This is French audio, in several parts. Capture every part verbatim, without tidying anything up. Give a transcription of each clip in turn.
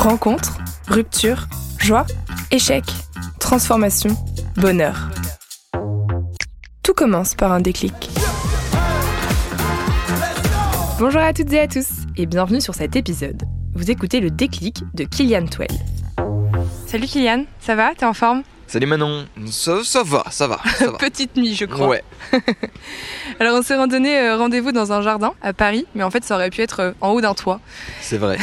Rencontre, rupture, joie, échec, transformation, bonheur. Tout commence par un déclic. Bonjour à toutes et à tous et bienvenue sur cet épisode. Vous écoutez le déclic de Kylian Twell. Salut Kylian, ça va? T'es en forme? Salut Manon, ça, ça va, ça va, ça va. Petite nuit je crois. Ouais. Alors on s'est donné euh, rendez-vous dans un jardin à Paris, mais en fait ça aurait pu être euh, en haut d'un toit. C'est vrai.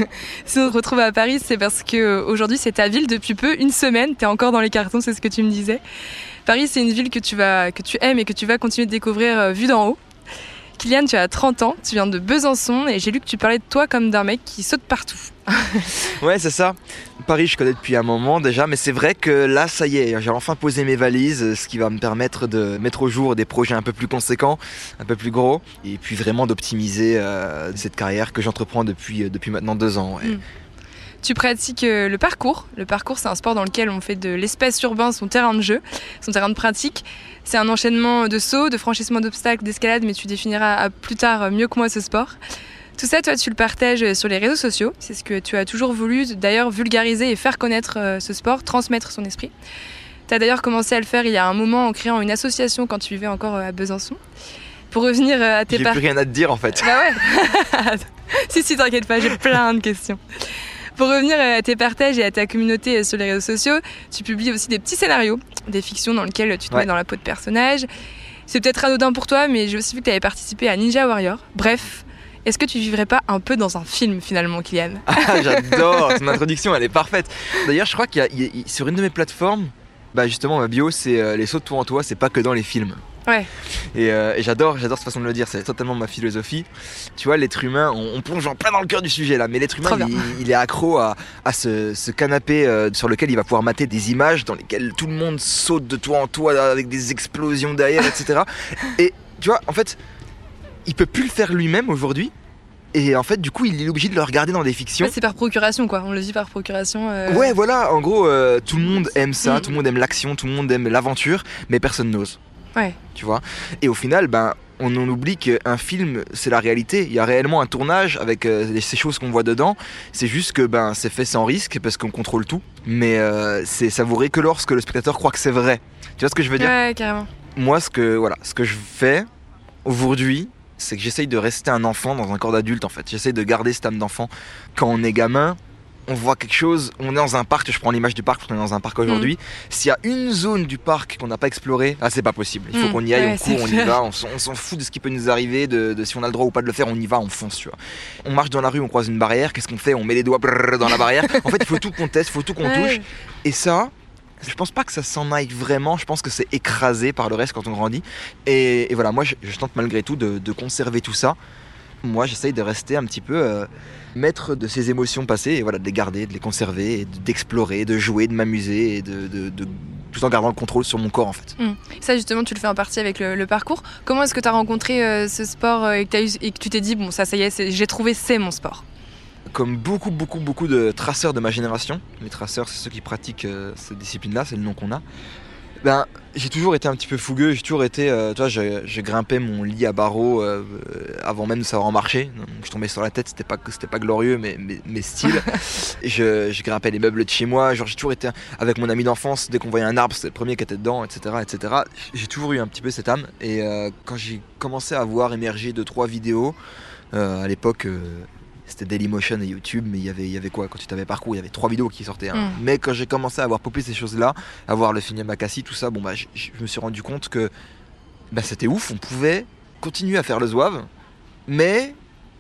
Si on se retrouve à Paris, c'est parce que euh, aujourd'hui c'est ta ville depuis peu, une semaine, t'es encore dans les cartons, c'est ce que tu me disais. Paris c'est une ville que tu, vas, que tu aimes et que tu vas continuer de découvrir euh, vue d'en haut. Kylian, tu as trente ans, tu viens de Besançon et j'ai lu que tu parlais de toi comme d'un mec qui saute partout. Ouais, c'est ça. Paris, je connais depuis un moment déjà, mais c'est vrai que là, ça y est, j'ai enfin posé mes valises, ce qui va me permettre de mettre au jour des projets un peu plus conséquents, un peu plus gros, et puis vraiment d'optimiser euh, cette carrière que j'entreprends depuis, depuis maintenant deux ans. Ouais. Mm. Tu pratiques le parcours. Le parcours, c'est un sport dans lequel on fait de l'espace urbain son terrain de jeu, son terrain de pratique. C'est un enchaînement de sauts, de franchissement d'obstacles, d'escalade, mais tu définiras plus tard mieux que moi ce sport. Tout ça, toi, tu le partages sur les réseaux sociaux. C'est ce que tu as toujours voulu, d'ailleurs, vulgariser et faire connaître ce sport, transmettre son esprit. Tu as d'ailleurs commencé à le faire il y a un moment en créant une association quand tu vivais encore à Besançon. Pour revenir à tes J'ai par... plus rien à te dire, en fait. Bah ouais. Si, si, t'inquiète pas, j'ai plein de questions. Pour revenir à tes partages et à ta communauté sur les réseaux sociaux, tu publies aussi des petits scénarios, des fictions dans lesquelles tu te ouais. mets dans la peau de personnages. C'est peut-être anodin pour toi, mais j'ai aussi vu que tu avais participé à Ninja Warrior. Bref, est-ce que tu vivrais pas un peu dans un film finalement, Kylian? Ah, j'adore, ton introduction, elle est parfaite. D'ailleurs, je crois qu'il y a, il y a sur une de mes plateformes, bah justement, ma bio, c'est euh, les sauts de toi en toi, c'est pas que dans les films. Ouais. Et, euh, et j'adore, j'adore cette façon de le dire, c'est totalement ma philosophie. Tu vois, l'être humain, on, on plonge en plein dans le cœur du sujet là, mais l'être humain, il, il est accro à, à ce, ce canapé euh, sur lequel il va pouvoir mater des images dans lesquelles tout le monde saute de toi en toi avec des explosions derrière, et cetera. Et tu vois, en fait, il peut plus le faire lui-même aujourd'hui. Et en fait, du coup, il est obligé de le regarder dans des fictions. Ouais, c'est par procuration, quoi. On le vit par procuration. Euh... Ouais, voilà. En gros, euh, tout le monde aime ça, mmh. tout le monde aime l'action, tout le monde aime l'aventure, mais personne n'ose. Ouais. Tu vois. Et au final, ben, on en oublie qu'un film, c'est la réalité. Il y a réellement un tournage avec euh, ces choses qu'on voit dedans. C'est juste que ben, c'est fait sans risque parce qu'on contrôle tout. Mais euh, c'est savouré que lorsque le spectateur croit que c'est vrai. Tu vois ce que je veux dire? Ouais, carrément. Moi, ce que, voilà, ce que je fais aujourd'hui, c'est que j'essaye de rester un enfant dans un corps d'adulte en fait. J'essaye de garder cette âme d'enfant. Quand on est gamin, on voit quelque chose, on est dans un parc, je prends l'image du parc parce qu'on est dans un parc aujourd'hui. Mmh. S'il y a une zone du parc qu'on n'a pas explorée, ah c'est pas possible. Il faut mmh. qu'on y aille, ouais, on court, on y va, on, on s'en fout de ce qui peut nous arriver, de, de si on a le droit ou pas de le faire, on y va, on fonce, tu vois. On marche dans la rue, on croise une barrière, qu'est-ce qu'on fait? On met les doigts brrr, dans la barrière. En fait, il faut tout qu'on teste, il faut tout qu'on ouais. touche. Et ça, je pense pas que ça s'en aille vraiment, je pense que c'est écrasé par le reste quand on grandit. Et, et voilà, moi je, je tente malgré tout de, de conserver tout ça. Moi j'essaye de rester un petit peu euh, maître de ces émotions passées et voilà, de les garder, de les conserver, et d'explorer, de jouer, de m'amuser et de, de, de, tout en gardant le contrôle sur mon corps en fait. Mmh. Ça justement tu le fais en partie avec le, le parcours. Comment est-ce que tu as rencontré euh, ce sport euh, et, que eu, et que tu t'es dit bon ça ça y est, j'ai trouvé c'est mon sport? Comme beaucoup, beaucoup, beaucoup de traceurs de ma génération, les traceurs, c'est ceux qui pratiquent euh, cette discipline-là, c'est le nom qu'on a. Ben, j'ai toujours été un petit peu fougueux, j'ai toujours été, euh, tu vois, je, je grimpais mon lit à barreaux euh, avant même de savoir en marcher. Donc, je tombais sur la tête, c'était pas, c'était pas glorieux, mais, mais, mais style. je, je grimpais les meubles de chez moi, genre j'ai toujours été avec mon ami d'enfance, dès qu'on voyait un arbre, c'était le premier qui était dedans, et cetera, et cetera. J'ai toujours eu un petit peu cette âme. Et euh, quand j'ai commencé à voir émerger deux, trois vidéos, euh, à l'époque. Euh, C'était Dailymotion et YouTube, mais il y avait, il y avait quoi? Quand tu t'avais parcours, il y avait trois vidéos qui sortaient. Hein. Mm. Mais quand j'ai commencé à avoir popé ces choses-là, à voir le film Yamakasi, tout ça, bon bah, je, je me suis rendu compte que bah, c'était ouf. On pouvait continuer à faire le zouave, mais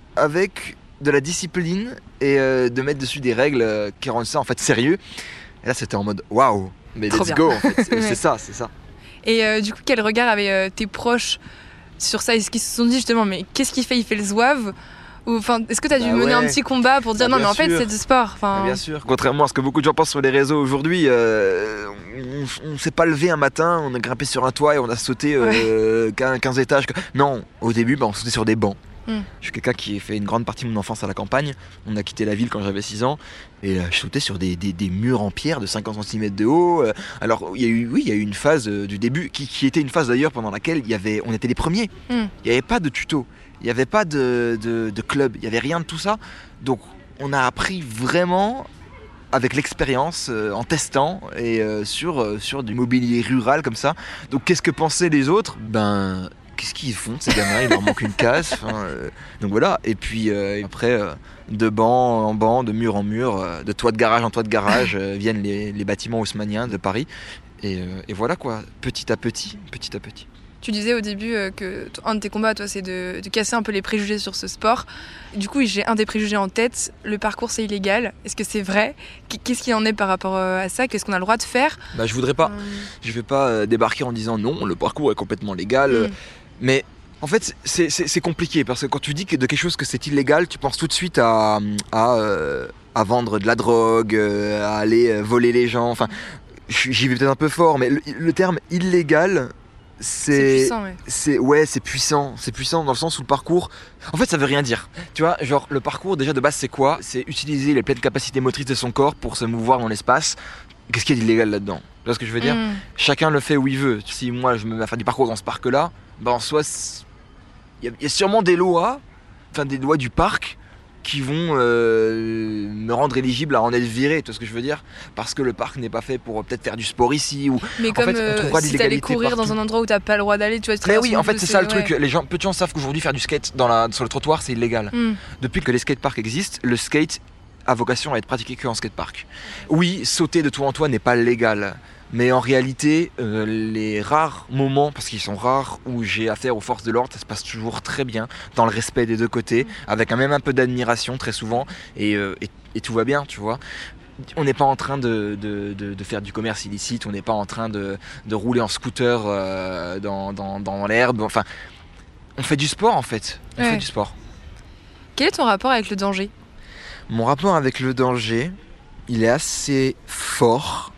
avec de la discipline et euh, de mettre dessus des règles euh, qui rendent ça en fait sérieux. Et là, c'était en mode waouh, mais Trop let's bien. go. En fait. C'est, ouais. c'est ça, c'est ça. Et euh, du coup, quel regard avaient euh, tes proches sur ça? Est-ce qu'ils se sont dit justement, mais qu'est-ce qu'il fait? Il fait le zouave? Ou, est-ce que tu as dû bah mener ouais. un petit combat pour dire bah, non mais en sûr. fait c'est du sport enfin... Bien sûr, contrairement à ce que beaucoup de gens pensent sur les réseaux aujourd'hui, euh, on ne s'est pas levé un matin, on a grimpé sur un toit et on a sauté euh, ouais. quinze étages. Non, au début bah, on sautait sur des bancs. Mm. Je suis quelqu'un qui a fait une grande partie de mon enfance à la campagne. On a quitté la ville quand j'avais six ans et euh, je sautais sur des, des, des murs en pierre de cinquante centimètres de haut. Alors il y a eu, oui, il y a eu une phase euh, du début qui, qui était une phase d'ailleurs pendant laquelle il y avait, on était les premiers. Mm. Il n'y avait pas de tuto. Il n'y avait pas de, de, de club, il n'y avait rien de tout ça. Donc on a appris vraiment avec l'expérience, euh, en testant et euh, sur, euh, sur du mobilier rural comme ça. Donc qu'est-ce que pensaient les autres ? Ben, qu'est-ce qu'ils font ces gamins ? Il leur manque une case. Euh, donc voilà. Et puis euh, après, euh, de banc en banc, de mur en mur, euh, de toit de garage en toit de garage, euh, viennent les, les bâtiments haussmanniens de Paris. Et, euh, et voilà quoi, petit à petit, petit à petit. Tu disais au début euh, que t- un de tes combats, toi, c'est de, de casser un peu les préjugés sur ce sport. Du coup, j'ai un des préjugés en tête. Le parcours, c'est illégal. Est-ce que c'est vrai ? Qu'est-ce qu'il en est par rapport euh, à ça ? Qu'est-ce qu'on a le droit de faire ? Bah, je voudrais pas. Hum. Je vais pas euh, débarquer en disant non, le parcours est complètement légal. Mm. Mais en fait, c'est, c'est, c'est compliqué parce que quand tu dis que de quelque chose que c'est illégal, tu penses tout de suite à, à, euh, à vendre de la drogue, euh, à aller euh, voler les gens. Enfin, j'y vais peut-être un peu fort, mais le, le terme illégal, C'est c'est, puissant, ouais. c'est ouais, c'est puissant. C'est puissant dans le sens où le parcours, en fait, ça veut rien dire. Tu vois, genre le parcours déjà de base, c'est quoi ? C'est utiliser les pleines capacités motrices de son corps pour se mouvoir dans l'espace. Qu'est-ce qu'il y a d'illégal là-dedans ? Tu vois ce que je veux dire ? Mm. Chacun le fait où il veut. Si moi je me mets à faire du parcours dans ce parc-là, ben en soi, il y, y a sûrement des lois, enfin des lois du parc, qui vont euh, me rendre éligible à en être viré. Tu vois ce que je veux dire ? Parce que le parc n'est pas fait pour peut-être faire du sport ici ou. Mais comme fait, on euh, trouvera de si t'allais l'illégalité courir partout. dans un endroit où t'as pas le droit d'aller, tu vois. tu Mais traverses oui, un en fait peu, c'est ça le ouais. truc. Les gens, peu de gens savent qu'aujourd'hui faire du skate dans la, sur le trottoir c'est illégal. Mm. Depuis que les skateparks existent, le skate a vocation à être pratiqué que en skatepark. Oui, sauter de toit en toit n'est pas légal. Mais en réalité, euh, les rares moments, parce qu'ils sont rares, où j'ai affaire aux forces de l'ordre, ça se passe toujours très bien, dans le respect des deux côtés, avec un, même un peu d'admiration très souvent, et, euh, et, et tout va bien, tu vois. On n'est pas en train de, de, de, de faire du commerce illicite, on n'est pas en train de, de rouler en scooter euh, dans, dans, dans l'herbe, enfin, on fait du sport en fait, on Ouais. fait du sport. Quel est ton rapport avec le danger ? Mon rapport avec le danger, il est assez fort,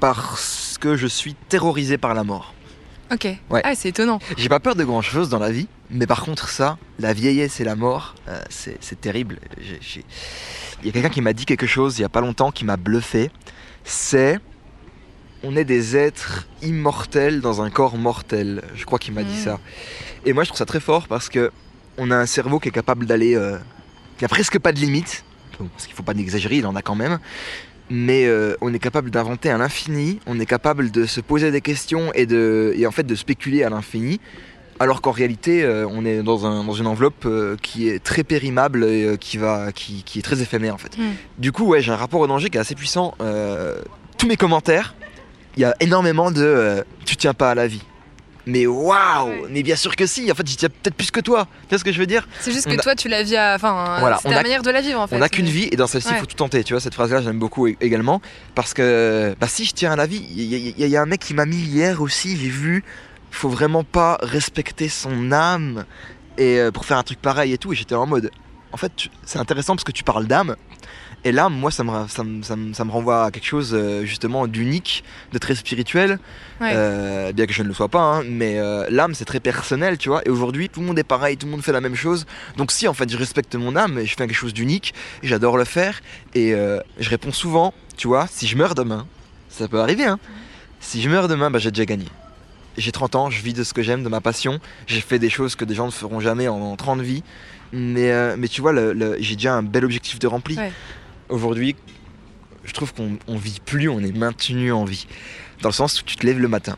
parce que je suis terrorisé par la mort. Ok. Ouais. Ah, c'est étonnant. J'ai pas peur de grand chose dans la vie, mais par contre ça, la vieillesse et la mort, euh, c'est, c'est terrible. J'ai, j'ai... Il y a quelqu'un qui m'a dit quelque chose il y a pas longtemps qui m'a bluffé. C'est, on est des êtres immortels dans un corps mortel. Je crois qu'il m'a dit Mmh. ça. Et moi je trouve ça très fort parce que on a un cerveau qui est capable d'aller, euh, qui a presque pas de limite. Bon, parce qu'il faut pas exagérer, il en a quand même. Mais euh, on est capable d'inventer à l'infini, on est capable de se poser des questions et, de, et en fait de spéculer à l'infini, alors qu'en réalité euh, on est dans, un, dans une enveloppe euh, qui est très périmable et euh, qui, va, qui, qui est très éphémère en fait. Mm. Du coup ouais, j'ai un rapport au danger qui est assez puissant. Euh, tous mes commentaires, il y a énormément de euh, tu tiens pas à la vie. Mais waouh, Ouais. mais bien sûr que si, en fait j'y tiens peut-être plus que toi, tu vois ce que je veux dire ? C'est juste On que a- toi, tu la vis à. Enfin, Voilà, c'est on ta a- manière de la vivre en fait. On n'a qu'une mais- vie et dans celle-ci il Ouais. faut tout tenter, tu vois, cette phrase-là j'aime beaucoup é- également parce que bah, si je tiens à la vie, il y, y- y- y a un mec qui m'a mis hier aussi, j'ai vu, il faut vraiment pas respecter son âme et euh, pour faire un truc pareil et tout, et j'étais en mode, en fait tu- c'est intéressant parce que tu parles d'âme et l'âme, moi ça me, ra- ça me, ça me, ça me renvoie à quelque chose euh, justement d'unique, de très spirituel. Ouais. Euh, bien que je ne le sois pas, hein, mais euh, l'âme c'est très personnel, tu vois. Et aujourd'hui, tout le monde est pareil, tout le monde fait la même chose. Donc si en fait je respecte mon âme et je fais quelque chose d'unique, et j'adore le faire, et euh, je réponds souvent, tu vois, si je meurs demain, ça peut arriver, hein. Si je meurs demain, bah j'ai déjà gagné. J'ai trente ans, je vis de ce que j'aime, de ma passion. J'ai fait des choses que des gens ne feront jamais en, en trente vies. Mais, euh, mais tu vois, le, le- j'ai déjà un bel objectif de rempli. Ouais. Aujourd'hui, je trouve qu'on on vit plus, on est maintenu en vie. Dans le sens où tu te lèves le matin,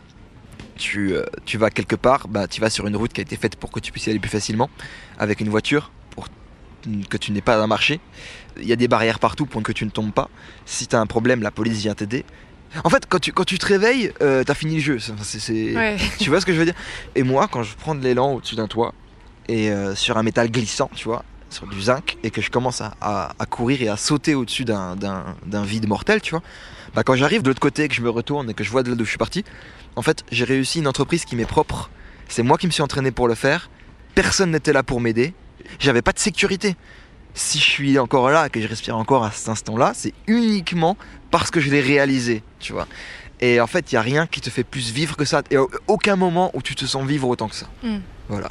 tu, euh, tu vas quelque part, bah, tu vas sur une route qui a été faite pour que tu puisses y aller plus facilement, avec une voiture, pour que tu n'aies pas à marcher. Il y a des barrières partout pour que tu ne tombes pas. Si tu as un problème, la police vient t'aider. En fait, quand tu, quand tu te réveilles, euh, t'as fini le jeu. C'est, c'est- c'est- Ouais. Tu vois ce que je veux dire ? Et moi, quand je prends de l'élan au-dessus d'un toit, et euh, sur un métal glissant, tu vois, sur du zinc, et que je commence à, à- à courir et à sauter au-dessus d'un, d'un- d'un vide mortel, tu vois, bah, quand j'arrive de l'autre côté, que je me retourne et que je vois de là d'où je suis parti, en fait, j'ai réussi une entreprise qui m'est propre. C'est moi qui me suis entraîné pour le faire. Personne n'était là pour m'aider. J'avais pas de sécurité. Si je suis encore là, que je respire encore à cet instant-là, c'est uniquement parce que je l'ai réalisé, tu vois. Et en fait, il y a rien qui te fait plus vivre que ça. Et aucun moment où tu te sens vivre autant que ça. Mm. Voilà.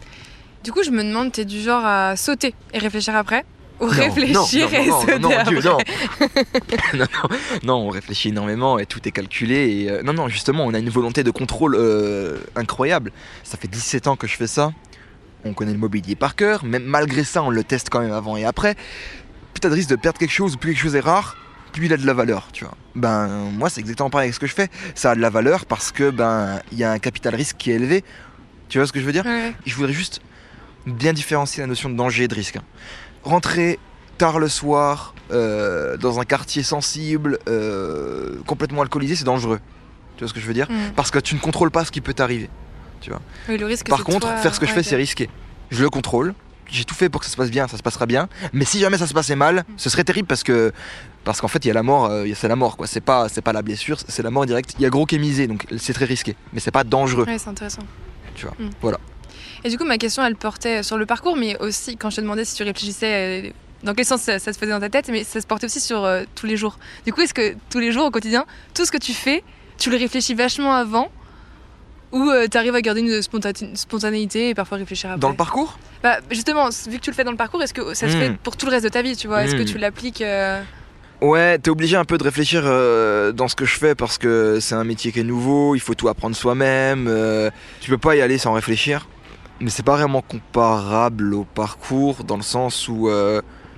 Du coup, je me demande, t'es du genre à sauter et réfléchir après ? Ou Non, réfléchir non, non, et non, sauter non, non, après Dieu, non. non, non, non, on réfléchit énormément et tout est calculé. Et euh, non, non, justement, on a une volonté de contrôle euh, incroyable. Ça fait dix-sept ans que je fais ça. On connaît le mobilier par cœur. Même malgré ça, on le teste quand même avant et après. plus t'as de risque de perdre quelque chose ou plus quelque chose est rare, plus il a de la valeur, tu vois. Ben moi c'est exactement pareil avec ce que je fais. Ça a de la valeur parce que ben il y a un capital risque qui est élevé. Tu vois ce que je veux dire? Ouais. Je voudrais juste bien différencier la notion de danger et de risque. Hein. Rentrer tard le soir euh, dans un quartier sensible, euh, complètement alcoolisé, c'est dangereux. Tu vois ce que je veux dire? Mm. Parce que tu ne contrôles pas ce qui peut t'arriver. Tu vois. Oui, le risque, Par c'est contre, toi, faire ce que je ouais, fais, ok. c'est risqué. Je le contrôle. J'ai tout fait pour que ça se passe bien, ça se passera bien. Mais si jamais ça se passait mal, ce serait terrible parce que parce qu'en fait, il y a la mort, euh, c'est la mort quoi. C'est pas c'est pas la blessure, c'est la mort directe. Il y a gros qui est misé, donc c'est très risqué. Mais c'est pas dangereux. Ouais, c'est intéressant. Tu vois. Mm. Voilà. Et du coup, ma question, elle portait sur le parcours, mais aussi quand je te demandais si tu réfléchissais, euh, dans quel sens ça, ça se faisait dans ta tête, mais ça se portait aussi sur euh, tous les jours. Du coup, est-ce que tous les jours, au quotidien, tout ce que tu fais, tu le réfléchis vachement avant, ou euh, tu arrives à garder une spontane- spontanéité et parfois réfléchir après? Dans le parcours? Bah, justement, vu que tu le fais dans le parcours, est-ce que ça se Mm. fait pour tout le reste de ta vie, tu vois? Est-ce que Mm. tu l'appliques euh, Ouais, t'es obligé un peu de réfléchir euh, dans ce que je fais parce que c'est un métier qui est nouveau, il faut tout apprendre soi-même. euh, tu peux pas y aller sans réfléchir. Mais c'est pas vraiment comparable au parcours dans le sens où euh,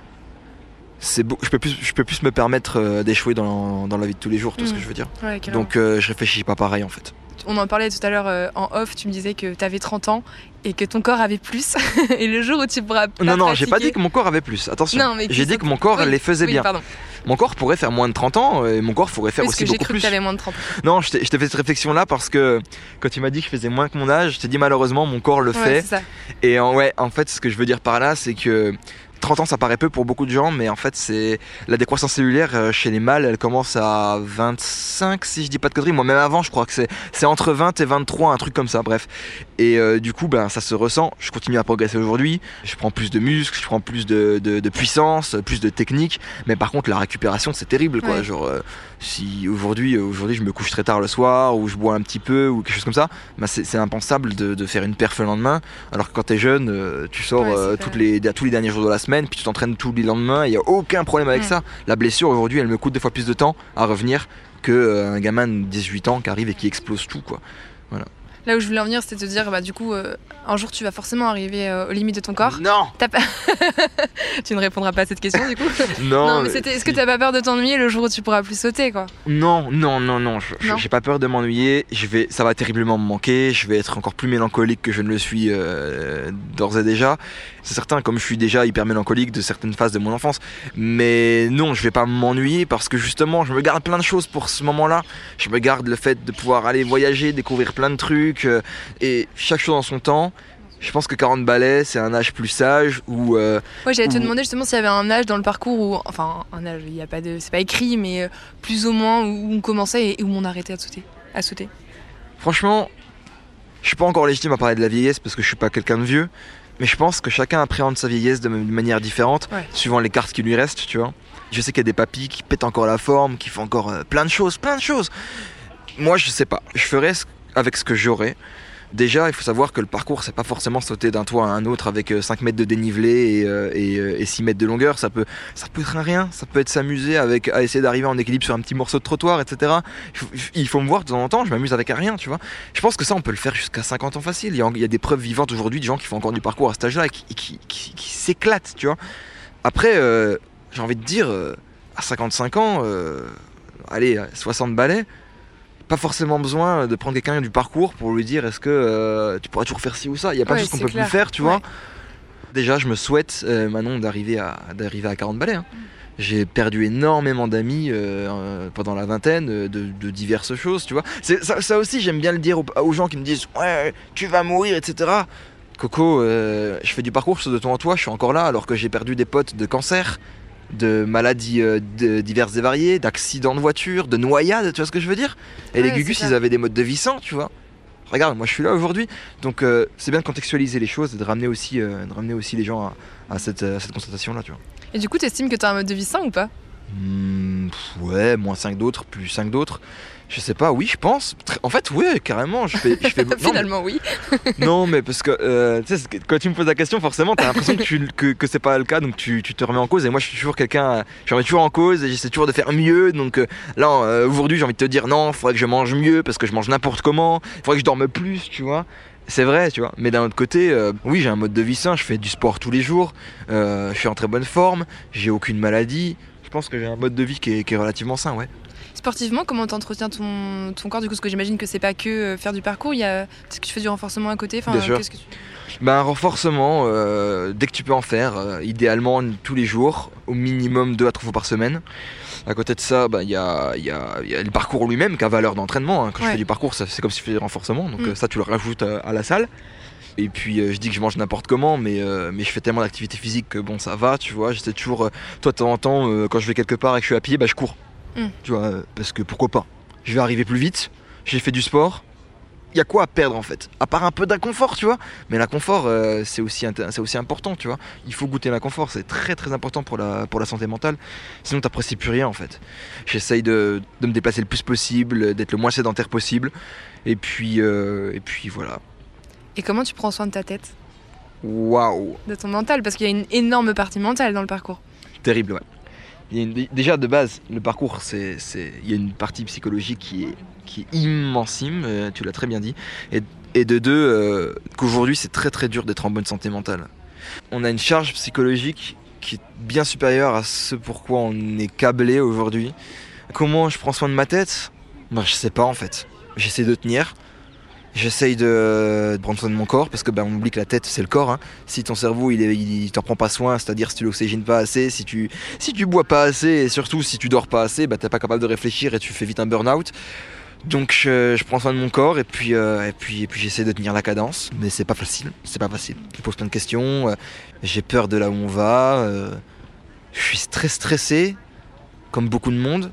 c'est beau, je peux plus, je peux plus me permettre euh, d'échouer dans, dans la vie de tous les jours, tout ce Mm. que je veux dire. Ouais, carrément. Donc euh, je réfléchis pas pareil en fait. On en parlait tout à l'heure euh, en off, tu me disais que tu avais trente ans et que ton corps avait plus. Et le jour où tu pourras pas non, non, j'ai pas pratiquer- dit que mon corps avait plus. Attention, Non, mais j'ai que dit ça- que mon corps Oui, les faisait oui, bien. pardon. Mon corps pourrait faire moins de trente ans et mon corps pourrait faire Parce aussi que j'ai beaucoup cru plus. que tu avais moins de trente ans. Non, je t'ai je t'ai fait cette réflexion là parce que quand tu m'as dit que je faisais moins que mon âge, je t'ai dit malheureusement mon corps le Ouais, fait. c'est ça. Et en, ouais, en fait, ce que je veux dire par là, c'est que trente ans, ça paraît peu pour beaucoup de gens, mais en fait, c'est la décroissance cellulaire euh, chez les mâles, elle commence à vingt-cinq, si je dis pas de conneries. Moi, même avant, je crois que c'est c'est entre vingt et vingt-trois, un truc comme ça, bref. Et euh, du coup, ben, ça se ressent. Je continue à progresser aujourd'hui. Je prends plus de muscles, je prends plus de, de, de puissance, plus de technique. Mais par contre, la récupération, c'est terrible, quoi. Ouais. Genre, euh, si aujourd'hui, aujourd'hui, je me couche très tard le soir, ou je bois un petit peu, ou quelque chose comme ça, ben, c'est c'est impensable de, de faire une perf le lendemain. Alors que quand t'es jeune, euh, tu sors Ouais, c'est euh, pas- toutes les, tous les derniers jours de la semaine, puis tu t'entraînes tous les lendemains, il n'y a aucun problème avec Mm. ça. La blessure aujourd'hui, elle me coûte des fois plus de temps à revenir que euh, un gamin de dix-huit ans qui arrive et qui explose tout, quoi. Là où je voulais en venir, c'était de te dire, bah, du coup, euh, un jour, tu vas forcément arriver euh, aux limites de ton corps. Non, T'as pas- tu ne répondras pas à cette question, du coup. non, Non, mais c'était, est-ce que t'as pas peur de t'ennuyer le jour où tu pourras plus sauter, quoi? non, non, non, non, je- je- Non. j'ai pas peur de m'ennuyer. Je vais, ça va terriblement me manquer. Je vais être encore plus mélancolique que je ne le suis euh, d'ores et déjà. C'est certain, comme je suis déjà hyper mélancolique de certaines phases de mon enfance. Mais non, je vais pas m'ennuyer parce que justement, je me garde plein de choses pour ce moment-là. Je me garde le fait de pouvoir aller voyager, découvrir plein de trucs euh, et chaque chose en son temps. Je pense que quarante balais, c'est un âge plus sage où euh, Ouais, j'allais te Ou- demander justement s'il y avait un âge dans le parcours où, enfin, un âge, il y a pas de, c'est pas écrit, mais euh, plus ou moins où on commençait et où on arrêtait à sauter, à sauter. franchement, je suis pas encore légitime à parler de la vieillesse parce que je suis pas quelqu'un de vieux. Mais je pense que chacun appréhende sa vieillesse de m- manière différente, Ouais. suivant les cartes qui lui restent, tu vois. Je sais qu'il y a des papis qui pètent encore la forme, qui font encore euh, plein de choses, plein de choses. Moi, je sais pas. Je ferais ce- avec ce que j'aurais. Déjà, il faut savoir que le parcours, c'est pas forcément sauter d'un toit à un autre avec euh, cinq mètres de dénivelé et, euh, et, euh, et six mètres de longueur. Ça peut, ça peut être un rien. Ça peut être s'amuser avec, à essayer d'arriver en équilibre sur un petit morceau de trottoir, et cetera. Il faut, il faut me voir de temps en temps, je m'amuse avec un rien, tu vois. Je pense que ça, on peut le faire jusqu'à cinquante ans facile. Il y a, il y a des preuves vivantes aujourd'hui de gens qui font encore du parcours à cet âge-là et qui, qui, qui- qui s'éclatent, tu vois. Après, euh, j'ai envie de dire, euh, à cinquante-cinq ans, euh, allez, à soixante balais, pas forcément besoin de prendre quelqu'un du parcours pour lui dire est-ce que euh, tu pourras toujours faire ci ou ça. Il y a plein de Ouais, choses qu'on c'est peut clair. plus faire, tu Ouais. vois. Déjà, je me souhaite, euh, Manon, d'arriver à, d'arriver à quarante balais. hein. J'ai perdu énormément d'amis euh, euh, pendant la vingtaine euh, de, de diverses choses, tu vois. C'est, ça, ça aussi, j'aime bien le dire aux, aux gens qui me disent ouais, tu vas mourir, et cetera. Coco, euh, je fais du parcours sur de toi en toi, je suis encore là alors que j'ai perdu des potes de cancer, de maladies euh, de- diverses et variées, d'accidents de voiture, de noyades, tu vois ce que je veux dire. Et Ouais, les c'est Gugus, clair. ils avaient des modes de vie sains, tu vois. Regarde, moi je suis là aujourd'hui, donc euh, c'est bien de contextualiser les choses et de ramener aussi, euh, de ramener aussi les gens à, à cette, à cette constatation-là, tu vois. Et du coup, t'estimes que t'as un mode de vie sain ou pas? Hmm, pff, ouais, moins cinq d'autres, plus cinq d'autres. Je sais pas, oui, je pense. Tr- En fait, ouais, carrément, je fais. Je fais... non, mais- Finalement, oui. non, mais parce que euh, tu sais, c'est que quand tu me poses la question, forcément, t'as l'impression que, tu, que, que c'est pas le cas, donc tu, tu te remets en cause. Et moi, je suis toujours quelqu'un, je me remets toujours en cause et j'essaie toujours de faire mieux. Donc euh, là, euh, aujourd'hui, j'ai envie de te dire non, faudrait que je mange mieux parce que je mange n'importe comment. Faudrait que je dorme plus, tu vois. C'est vrai, tu vois. Mais d'un autre côté, euh, oui, j'ai un mode de vie sain, je fais du sport tous les jours, euh, je suis en très bonne forme, j'ai aucune maladie. Je pense que j'ai un mode de vie qui est, qui est relativement sain, ouais. Sportivement, comment t'entretiens ton, ton corps du coup? Parce que j'imagine que c'est pas que euh, faire du parcours, il y a... Est-ce que tu fais du renforcement à côté? Enfin, Bien sûr. Qu'est-ce que tu... Ben, un renforcement, euh, dès que tu peux en faire, euh, idéalement tous les jours, au minimum deux à trois fois par semaine. À côté de ça, il bah, y, a, y, a, y a le parcours lui-même qui a valeur d'entraînement. Hein. Quand ouais. je fais du parcours, ça, c'est comme si je faisais du renforcement. Donc mm. euh, ça, tu le rajoutes à, à la salle. Et puis euh, je dis que je mange n'importe comment, mais, euh, mais je fais tellement d'activité physique que bon, ça va, tu vois. J'essaie toujours, euh, toi de temps en temps, euh, quand je vais quelque part et que je suis à pied, bah, je cours. Mm. Tu vois, euh, parce que pourquoi pas. Je vais arriver plus vite, j'ai fait du sport. Il y a quoi à perdre en fait, à part un peu d'inconfort, tu vois. Mais l'inconfort, euh, c'est, aussi, c'est aussi important, tu vois. Il faut goûter l'inconfort, c'est très très important pour la, pour la santé mentale. Sinon t'apprécies plus rien en fait. J'essaye de, de me déplacer le plus possible, d'être le moins sédentaire possible. Et puis, euh, et puis voilà. Et comment tu prends soin de ta tête? Waouh. De ton mental, parce qu'il y a une énorme partie mentale dans le parcours. Terrible, ouais. Il y a une, déjà de base, le parcours, c'est, c'est, il y a une partie psychologique qui est, qui est immensime, euh, tu l'as très bien dit. Et, et de deux, euh, qu'aujourd'hui c'est très très dur d'être en bonne santé mentale. On a une charge psychologique qui est bien supérieure à ce pourquoi on est câblé aujourd'hui. Comment je prends soin de ma tête? Ben, je sais pas en fait. J'essaie de tenir. J'essaye de prendre soin de mon corps parce que ben, on oublie que la tête c'est le corps. Hein. Si ton cerveau il, est, il t'en prend pas soin, c'est-à-dire si tu l'oxygènes pas assez, si tu, si tu bois pas assez et surtout si tu dors pas assez, ben, t'es pas capable de réfléchir et tu fais vite un burn-out. Donc je, je prends soin de mon corps et puis, euh, et puis, et puis j'essaie de tenir la cadence. Mais c'est pas facile, c'est pas facile. Je pose plein de questions, euh, j'ai peur de là où on va, euh, je suis très stressé, comme beaucoup de monde.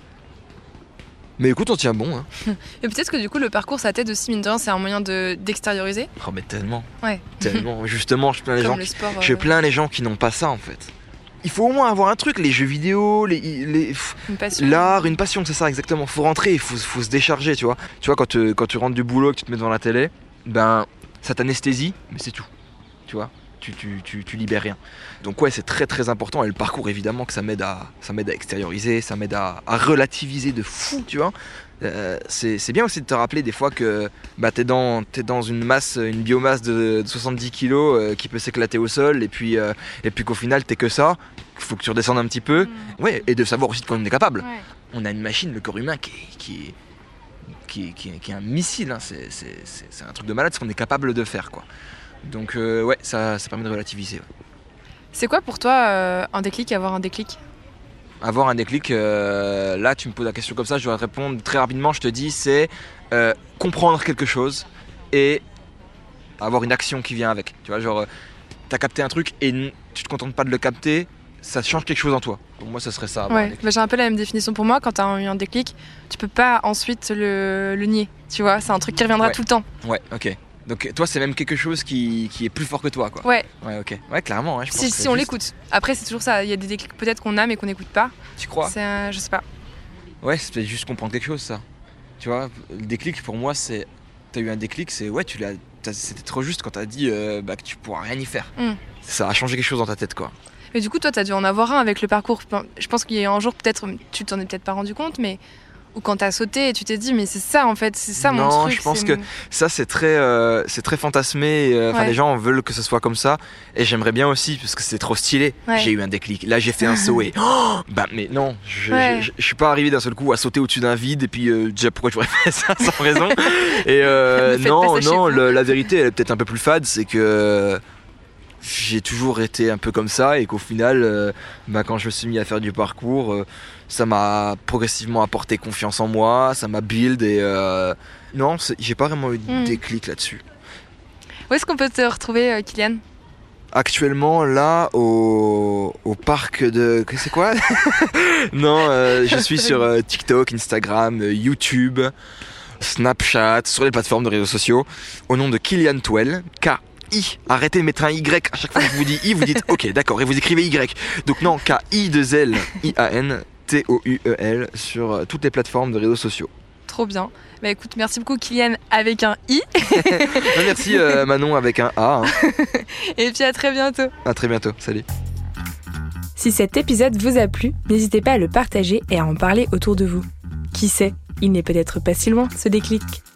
Mais écoute, on tient bon. Hein. Et peut-être que du coup, le parcours, ça t'aide aussi, mine de rien, c'est un moyen de, d'extérioriser. Oh, mais tellement. Ouais. Tellement. Justement, je plains les, gens qui, sport, euh... je plains les gens qui n'ont pas ça, en fait. Il faut au moins avoir un truc, les jeux vidéo, les, les, une passion. L'art, une passion, c'est ça, exactement. Faut rentrer, il faut, faut se décharger, tu vois. Tu vois, quand, te, quand tu rentres du boulot, que tu te mets devant la télé, ben, ça t'anesthésie, mais c'est tout. Tu vois. Tu, tu, tu, tu libères rien. Donc ouais, c'est très très important. Et le parcours, évidemment, que ça m'aide à, ça m'aide à extérioriser, ça m'aide à, à relativiser de fou, tu vois. Euh, c'est, c'est bien aussi de te rappeler des fois que bah, t'es, dans, t'es dans une masse, une biomasse de, de soixante-dix kilos euh, qui peut s'éclater au sol et puis, euh, et puis qu'au final t'es que ça, qu'il faut que tu redescendes un petit peu. Mmh. Ouais, et de savoir aussi de quoi on est capable. Ouais. On a une machine, le corps humain, qui est, qui est, qui est, qui est, qui est un missile. Hein. C'est, c'est, c'est, c'est un truc de malade ce qu'on est capable de faire, quoi. Donc euh, ouais, ça, ça permet de relativiser. Ouais. C'est quoi pour toi euh, un déclic, avoir un déclic? Avoir un déclic, euh, là tu me poses la question comme ça, je dois te répondre très rapidement, je te dis, c'est euh, comprendre quelque chose et avoir une action qui vient avec. Tu vois, genre, t'as capté un truc et n- tu te contentes pas de le capter, ça change quelque chose en toi. Pour moi, ça serait ça. Ouais, bah, j'ai un peu la même définition pour moi. Quand t'as eu un déclic, tu peux pas ensuite le, le nier. Tu vois, c'est un truc qui reviendra ouais. tout le temps. Ouais, ok. Donc toi, c'est même quelque chose qui, qui est plus fort que toi, quoi. Ouais. Ouais, ok. Ouais, clairement. Ouais, je pense si que si on juste... l'écoute. Après, c'est toujours ça. Il y a des déclics peut-être qu'on a, mais qu'on n'écoute pas. Tu crois? C'est, euh, je sais pas. Ouais, c'est peut-être juste comprendre quelque chose, ça. Tu vois, le déclic pour moi, c'est. T'as eu un déclic, c'est ouais, tu l'as. C'était trop juste quand t'as dit euh, bah, que tu pourras rien y faire. Mm. Ça a changé quelque chose dans ta tête, quoi. Mais du coup, toi, t'as dû en avoir un avec le parcours. Je pense qu'il y a un jour, peut-être, tu t'en es peut-être pas rendu compte, mais. Ou quand t'as sauté et tu t'es dit mais c'est ça en fait, c'est ça mon non, truc. Non, je pense c'est... que ça c'est très, euh, c'est très fantasmé. Euh, ouais. Les gens veulent que ce soit comme ça et j'aimerais bien aussi parce que c'est trop stylé. Ouais. J'ai eu un déclic. Là j'ai fait un saut et oh, bah mais non, je, ouais. je, je, je suis pas arrivé d'un seul coup à sauter au-dessus d'un vide et puis euh, déjà pourquoi j'aurais fait ça sans raison. Et euh, non, non, le, la vérité elle est peut-être un peu plus fade, c'est que j'ai toujours été un peu comme ça et qu'au final, euh, bah, quand je me suis mis à faire du parcours, euh, ça m'a progressivement apporté confiance en moi, ça m'a build et euh, non, c'est, j'ai pas vraiment eu de mmh. déclic là-dessus. Où est-ce qu'on peut te retrouver, euh, Kylian ? Actuellement, là, au, au parc de... C'est quoi ? Non, euh, je suis sur euh, TikTok, Instagram, euh, YouTube, Snapchat, sur les plateformes de réseaux sociaux, au nom de Kylian Touel, K I. Arrêtez de mettre un Y à chaque fois que je vous dis I, vous dites ok, d'accord, et vous écrivez Y. Donc non, K I deux L I A N T O U E L sur euh, toutes les plateformes de réseaux sociaux. Trop bien. Bah écoute, merci beaucoup Kylian avec un I. Merci euh, Manon avec un A. Hein. Et puis à très bientôt. À très bientôt, salut. Si cet épisode vous a plu, n'hésitez pas à le partager et à en parler autour de vous. Qui sait, il n'est peut-être pas si loin ce déclic.